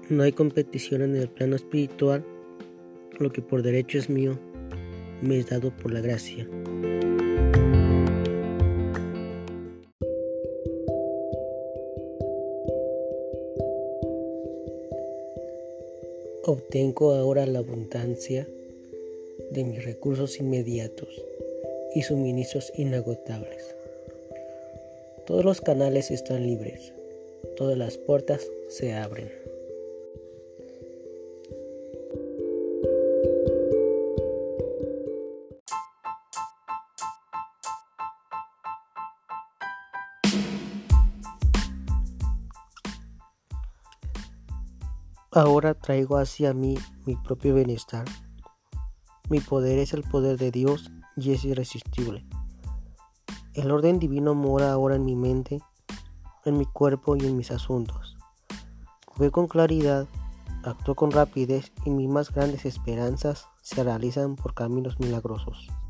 No hay competición en el plano espiritual. Lo que por derecho es mío, me es dado por la gracia. Obtengo ahora la abundancia de mis recursos inmediatos y suministros inagotables. Todos los canales están libres, todas las puertas se abren. Ahora traigo hacia mí mi propio bienestar. Mi poder es el poder de Dios y es irresistible. El orden divino mora ahora en mi mente, en mi cuerpo y en mis asuntos. Veo con claridad, actúo con rapidez y mis más grandes esperanzas se realizan por caminos milagrosos.